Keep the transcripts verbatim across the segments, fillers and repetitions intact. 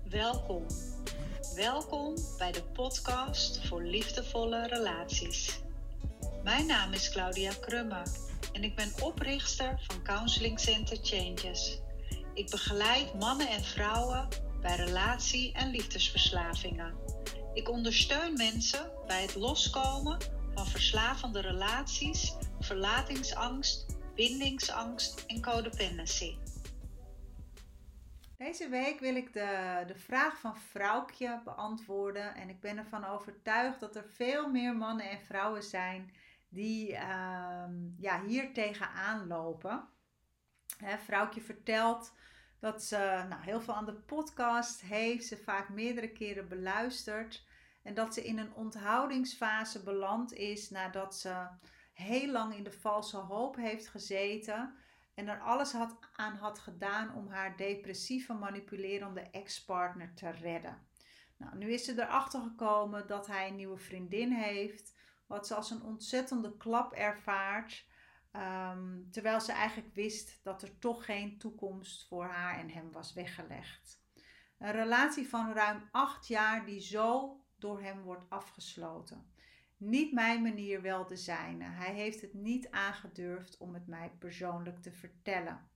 Welkom. Welkom bij de podcast voor liefdevolle relaties. Mijn naam is Claudia Krumme en ik ben oprichter van Counseling Center Changes. Ik begeleid mannen en vrouwen bij relatie- en liefdesverslavingen. Ik ondersteun mensen bij het loskomen van verslavende relaties, verlatingsangst, bindingsangst en codependency. Deze week wil ik de, de vraag van Vrouwtje beantwoorden. En ik ben ervan overtuigd dat er veel meer mannen en vrouwen zijn die uh, ja, hier tegenaan lopen. Hè, Vrouwtje vertelt dat ze nou, heel veel aan de podcast heeft. Ze vaak meerdere keren beluisterd. En dat ze in een onthoudingsfase beland is nadat ze heel lang in de valse hoop heeft gezeten. En er alles had, aan had gedaan om haar depressieve, manipulerende ex-partner te redden. Nou, nu is ze erachter gekomen dat hij een nieuwe vriendin heeft. Wat ze als een ontzettende klap ervaart. Um, terwijl ze eigenlijk wist dat er toch geen toekomst voor haar en hem was weggelegd. Een relatie van ruim acht jaar die zo door hem wordt afgesloten. Niet mijn manier, wel de zijne. Hij heeft het niet aangedurfd om het mij persoonlijk te vertellen.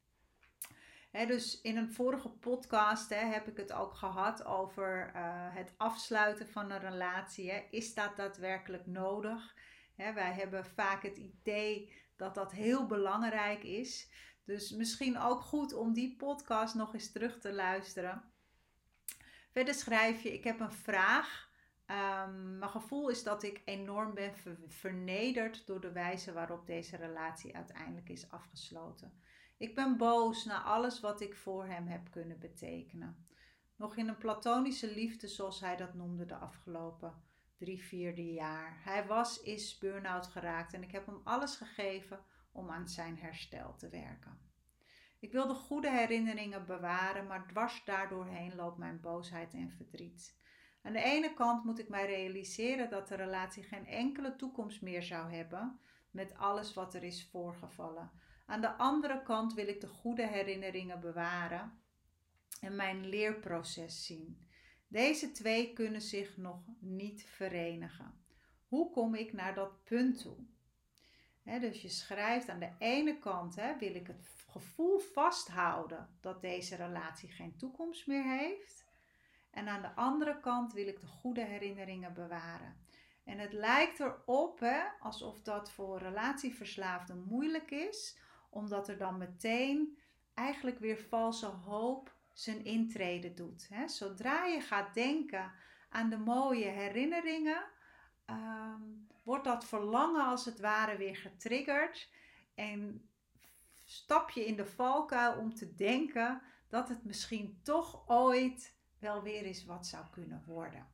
He, dus in een vorige podcast he, heb ik het ook gehad over uh, het afsluiten van een relatie. He. Is dat daadwerkelijk nodig? He, wij hebben vaak het idee dat dat heel belangrijk is. Dus misschien ook goed om die podcast nog eens terug te luisteren. Verder schrijf je, ik heb een vraag. Um, mijn gevoel is dat ik enorm ben vernederd door de wijze waarop deze relatie uiteindelijk is afgesloten. Ik ben boos na alles wat ik voor hem heb kunnen betekenen. Nog in een platonische liefde, zoals hij dat noemde, de afgelopen drie, vierde jaar. Hij was, is burn-out geraakt en ik heb hem alles gegeven om aan zijn herstel te werken. Ik wil de goede herinneringen bewaren, maar dwars daardoorheen loopt mijn boosheid en verdriet. Aan de ene kant moet ik mij realiseren dat de relatie geen enkele toekomst meer zou hebben met alles wat er is voorgevallen. Aan de andere kant wil ik de goede herinneringen bewaren en mijn leerproces zien. Deze twee kunnen zich nog niet verenigen. Hoe kom ik naar dat punt toe? He, dus je schrijft aan de ene kant he, wil ik het gevoel vasthouden dat deze relatie geen toekomst meer heeft. En aan de andere kant wil ik de goede herinneringen bewaren. En het lijkt erop hè, alsof dat voor relatieverslaafden moeilijk is. Omdat er dan meteen eigenlijk weer valse hoop zijn intrede doet. Hè. Zodra je gaat denken aan de mooie herinneringen, um, wordt dat verlangen als het ware weer getriggerd. En stap je in de valkuil om te denken dat het misschien toch ooit wel weer eens wat zou kunnen worden.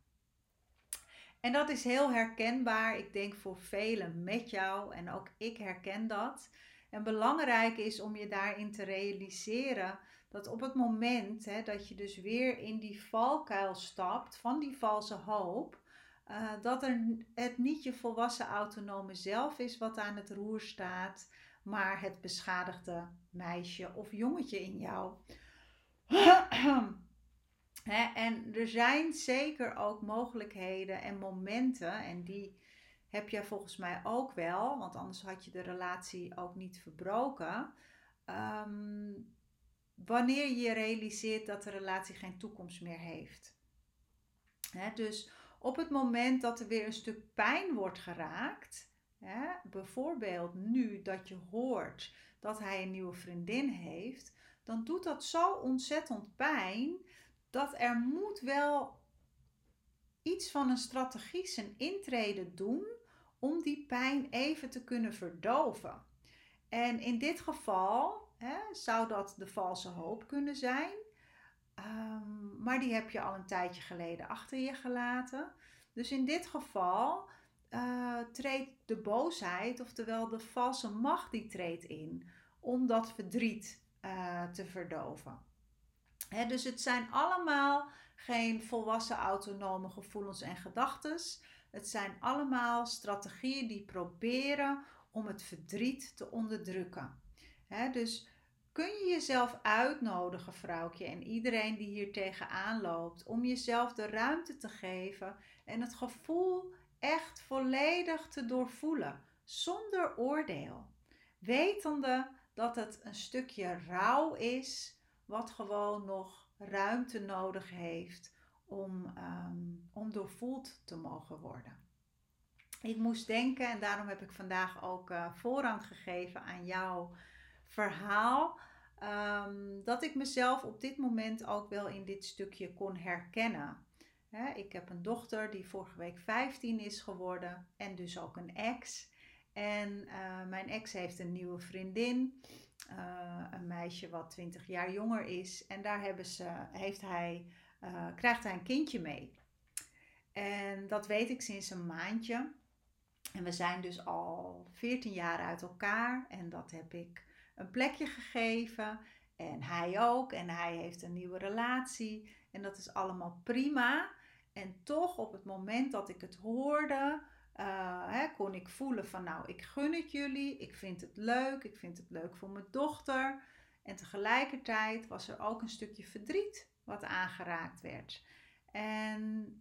En dat is heel herkenbaar, ik denk voor velen met jou en ook ik herken dat. En belangrijk is om je daarin te realiseren dat op het moment hè, dat je dus weer in die valkuil stapt van die valse hoop, uh, dat er, het niet je volwassen autonome zelf is wat aan het roer staat, maar het beschadigde meisje of jongetje in jou. He, en er zijn zeker ook mogelijkheden en momenten, en die heb jij volgens mij ook wel, want anders had je de relatie ook niet verbroken. Um, wanneer je realiseert dat de relatie geen toekomst meer heeft. He, dus op het moment dat er weer een stuk pijn wordt geraakt, he, bijvoorbeeld nu dat je hoort dat hij een nieuwe vriendin heeft, dan doet dat zo ontzettend pijn dat er moet wel iets van een strategie zijn intrede doen om die pijn even te kunnen verdoven. En in dit geval hè, zou dat de valse hoop kunnen zijn. Um, maar die heb je al een tijdje geleden achter je gelaten. Dus in dit geval uh, treedt de boosheid, oftewel de valse macht, die treedt in om dat verdriet uh, te verdoven. He, dus het zijn allemaal geen volwassen autonome gevoelens en gedachten. Het zijn allemaal strategieën die proberen om het verdriet te onderdrukken. He, dus kun je jezelf uitnodigen, vrouwtje, en iedereen die hier tegenaan loopt, om jezelf de ruimte te geven en het gevoel echt volledig te doorvoelen, zonder oordeel. Wetende dat het een stukje rouw is, wat gewoon nog ruimte nodig heeft om, um, om doorvoeld te mogen worden. Ik moest denken, en daarom heb ik vandaag ook uh, voorrang gegeven aan jouw verhaal, um, dat ik mezelf op dit moment ook wel in dit stukje kon herkennen. He, ik heb een dochter die vorige week vijftien is geworden en dus ook een ex. En uh, mijn ex heeft een nieuwe vriendin, uh, een meisje wat twintig jaar jonger is. En daar hebben ze, heeft hij, uh, krijgt hij een kindje mee. En dat weet ik sinds een maandje. En we zijn dus al veertien jaar uit elkaar en dat heb ik een plekje gegeven. En hij ook. En hij heeft een nieuwe relatie. En dat is allemaal prima. En toch op het moment dat ik het hoorde, uh, hè, kon ik voelen van nou, ik gun het jullie. Ik vind het leuk. Ik vind het leuk voor mijn dochter. En tegelijkertijd was er ook een stukje verdriet wat aangeraakt werd. En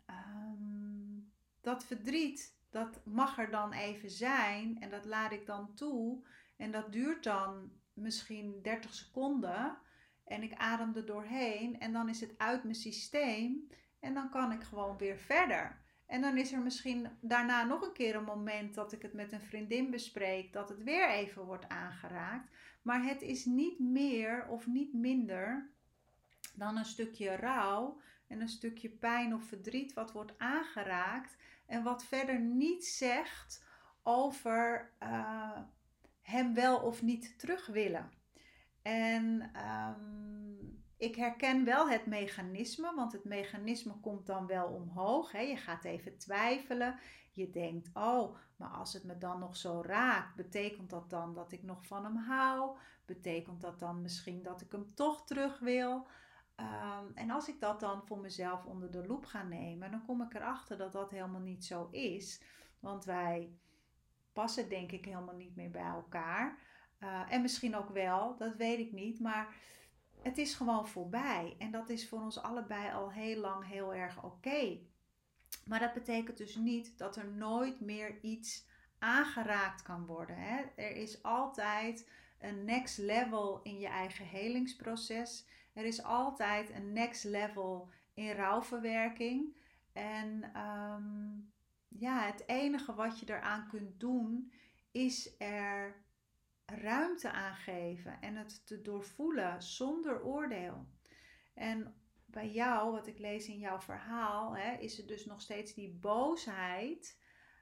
um, dat verdriet, dat mag er dan even zijn. En dat laat ik dan toe. En dat duurt dan misschien dertig seconden. En ik adem er doorheen. En dan is het uit mijn systeem. En dan kan ik gewoon weer verder. En dan is er misschien daarna nog een keer een moment dat ik het met een vriendin bespreek. Dat het weer even wordt aangeraakt. Maar het is niet meer of niet minder dan een stukje rouw. En een stukje pijn of verdriet wat wordt aangeraakt. En wat verder niet zegt over uh, hem wel of niet terug willen. En um, ik herken wel het mechanisme, want het mechanisme komt dan wel omhoog. Hè? Je gaat even twijfelen. Je denkt, oh, maar als het me dan nog zo raakt, betekent dat dan dat ik nog van hem hou? Betekent dat dan misschien dat ik hem toch terug wil? Um, en als ik dat dan voor mezelf onder de loep ga nemen, dan kom ik erachter dat dat helemaal niet zo is. Want wij passen denk ik helemaal niet meer bij elkaar. Uh, en misschien ook wel, dat weet ik niet. Maar het is gewoon voorbij. En dat is voor ons allebei al heel lang heel erg oké. Okay. Maar dat betekent dus niet dat er nooit meer iets aangeraakt kan worden. Hè? Er is altijd een next level in je eigen helingsproces. Er is altijd een next level in rouwverwerking. En um, ja, het enige wat je eraan kunt doen is er ruimte aan geven en het te doorvoelen zonder oordeel. En bij jou, wat ik lees in jouw verhaal, hè, is er dus nog steeds die boosheid.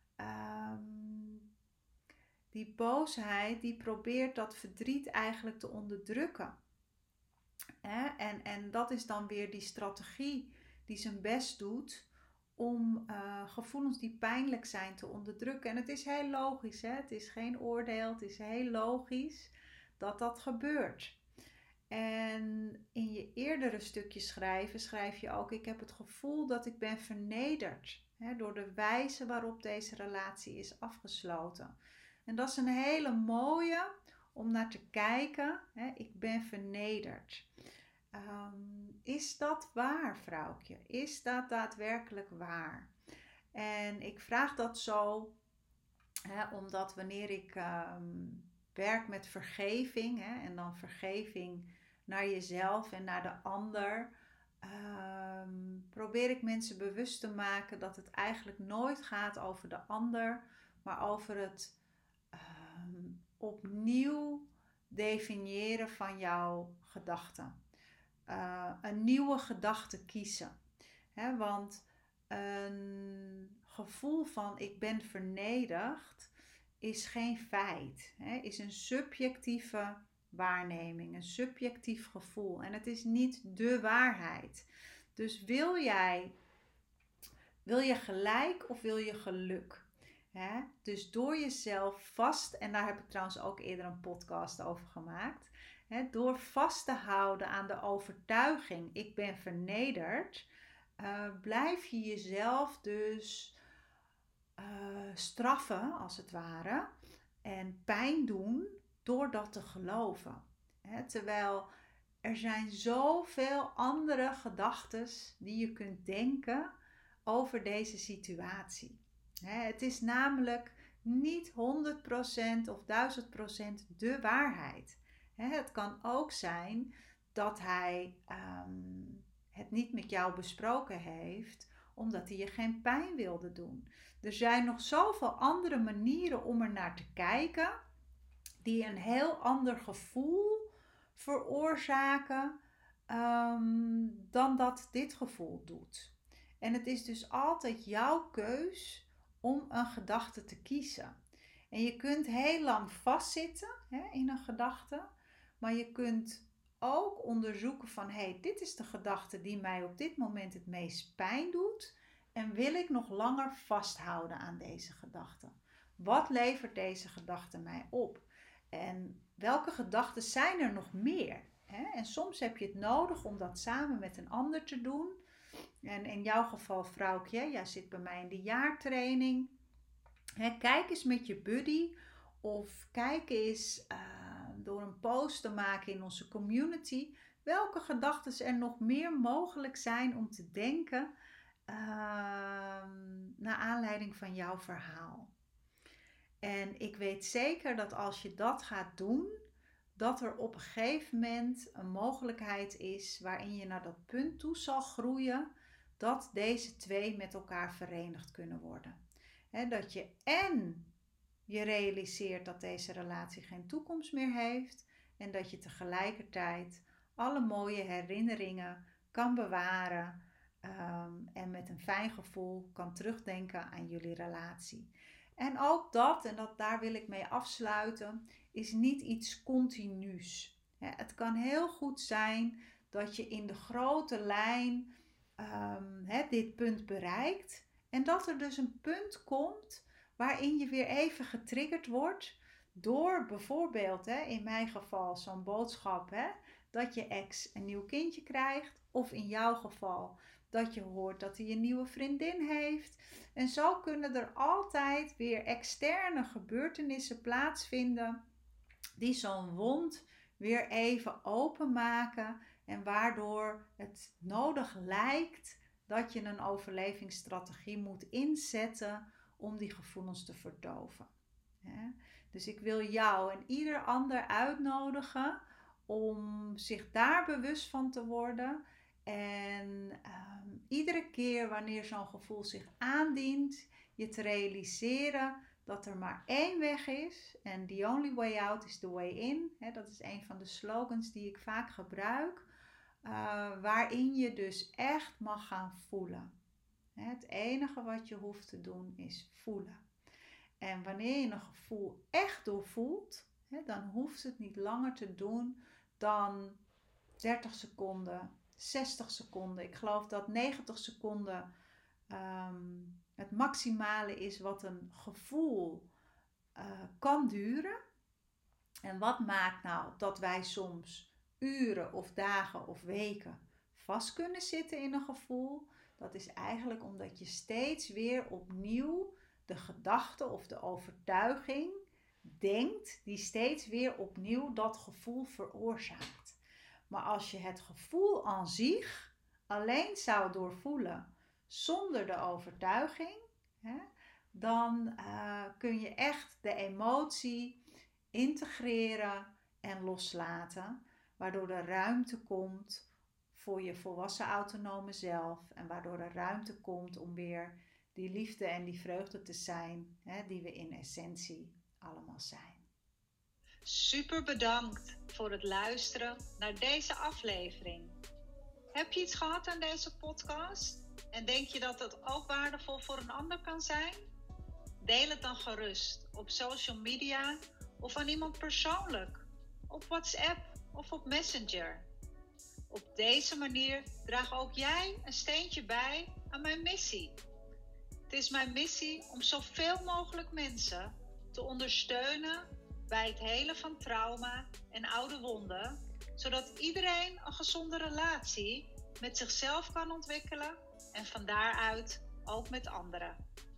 Um, die boosheid die probeert dat verdriet eigenlijk te onderdrukken. Hè? En, en dat is dan weer die strategie die zijn best doet om uh, gevoelens die pijnlijk zijn te onderdrukken. En het is heel logisch, hè? Het is geen oordeel, het is heel logisch dat dat gebeurt. En in je eerdere stukje schrijven schrijf je ook, ik heb het gevoel dat ik ben vernederd, hè, door de wijze waarop deze relatie is afgesloten. En dat is een hele mooie om naar te kijken, hè, ik ben vernederd. Um, is dat waar, vrouwtje? Is dat daadwerkelijk waar? En ik vraag dat zo, hè, omdat wanneer ik um, werk met vergeving, hè, en dan vergeving naar jezelf en naar de ander, um, probeer ik mensen bewust te maken dat het eigenlijk nooit gaat over de ander, maar over het um, opnieuw definiëren van jouw gedachten. Uh, een nieuwe gedachte kiezen. He, want een gevoel van ik ben vernederd is geen feit. He, is een subjectieve waarneming, een subjectief gevoel. En het is niet de waarheid. Dus wil jij, wil je gelijk of wil je geluk? He, dus door jezelf vast, en daar heb ik trouwens ook eerder een podcast over gemaakt. He, door vast te houden aan de overtuiging, ik ben vernederd, uh, blijf je jezelf dus uh, straffen, als het ware, en pijn doen door dat te geloven. Hè? Terwijl er zijn zoveel andere gedachten die je kunt denken over deze situatie. Hè? Het is namelijk niet honderd procent of duizend procent de waarheid. Hè? Het kan ook zijn dat hij um, het niet met jou besproken heeft, omdat hij je geen pijn wilde doen. Er zijn nog zoveel andere manieren om er naar te kijken, die een heel ander gevoel veroorzaken um, dan dat dit gevoel doet. En het is dus altijd jouw keus om een gedachte te kiezen. En je kunt heel lang vastzitten hè, in een gedachte, maar je kunt ook onderzoeken van hé, hey, dit is de gedachte die mij op dit moment het meest pijn doet en wil ik nog langer vasthouden aan deze gedachte? Wat levert deze gedachte mij op? En welke gedachten zijn er nog meer? Hè? En soms heb je het nodig om dat samen met een ander te doen. En in jouw geval, vrouwtje, jij zit bij mij in de jaartraining. Hè, kijk eens met je buddy of kijk eens uh, door een post te maken in onze community welke gedachten er nog meer mogelijk zijn om te denken uh, naar aanleiding van jouw verhaal. En ik weet zeker dat als je dat gaat doen, dat er op een gegeven moment een mogelijkheid is waarin je naar dat punt toe zal groeien dat deze twee met elkaar verenigd kunnen worden. He, dat je en je realiseert dat deze relatie geen toekomst meer heeft en dat je tegelijkertijd alle mooie herinneringen kan bewaren um, en met een fijn gevoel kan terugdenken aan jullie relatie. En ook dat, en dat, daar wil ik mee afsluiten, is niet iets continuus. Het kan heel goed zijn dat je in de grote lijn um, he, dit punt bereikt. En dat er dus een punt komt waarin je weer even getriggerd wordt door bijvoorbeeld, hè, in mijn geval zo'n boodschap, hè, dat je ex een nieuw kindje krijgt. Of in jouw geval dat je hoort dat hij een nieuwe vriendin heeft. En zo kunnen er altijd weer externe gebeurtenissen plaatsvinden die zo'n wond weer even openmaken en waardoor het nodig lijkt dat je een overlevingsstrategie moet inzetten om die gevoelens te verdoven. Dus ik wil jou en ieder ander uitnodigen om zich daar bewust van te worden. En um, iedere keer wanneer zo'n gevoel zich aandient, je te realiseren dat er maar één weg is. En the only way out is the way in. He, dat is een van de slogans die ik vaak gebruik. Uh, waarin je dus echt mag gaan voelen. He, het enige wat je hoeft te doen is voelen. En wanneer je een gevoel echt doorvoelt, he, dan hoeft het niet langer te doen dan dertig seconden. zestig seconden. Ik geloof dat negentig seconden um, het maximale is wat een gevoel uh, kan duren. En wat maakt nou dat wij soms uren of dagen of weken vast kunnen zitten in een gevoel? Dat is eigenlijk omdat je steeds weer opnieuw de gedachte of de overtuiging denkt die steeds weer opnieuw dat gevoel veroorzaakt. Maar als je het gevoel aan zich alleen zou doorvoelen zonder de overtuiging, hè, dan uh, kun je echt de emotie integreren en loslaten, waardoor er ruimte komt voor je volwassen autonome zelf en waardoor er ruimte komt om weer die liefde en die vreugde te zijn, hè, die we in essentie allemaal zijn. Super bedankt voor het luisteren naar deze aflevering. Heb je iets gehad aan deze podcast? En denk je dat het ook waardevol voor een ander kan zijn? Deel het dan gerust op social media of aan iemand persoonlijk, op WhatsApp of op Messenger. Op deze manier draag ook jij een steentje bij aan mijn missie. Het is mijn missie om zoveel mogelijk mensen te ondersteunen bij het helen van trauma en oude wonden, zodat iedereen een gezonde relatie met zichzelf kan ontwikkelen en van daaruit ook met anderen.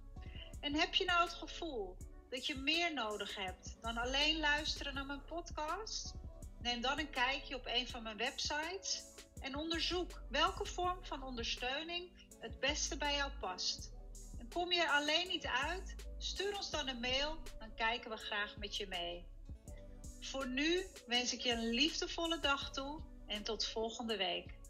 En heb je nou het gevoel dat je meer nodig hebt dan alleen luisteren naar mijn podcast? Neem dan een kijkje op een van mijn websites en onderzoek welke vorm van ondersteuning het beste bij jou past. En kom je er alleen niet uit? Stuur ons dan een mail, dan kijken we graag met je mee. Voor nu wens ik je een liefdevolle dag toe en tot volgende week.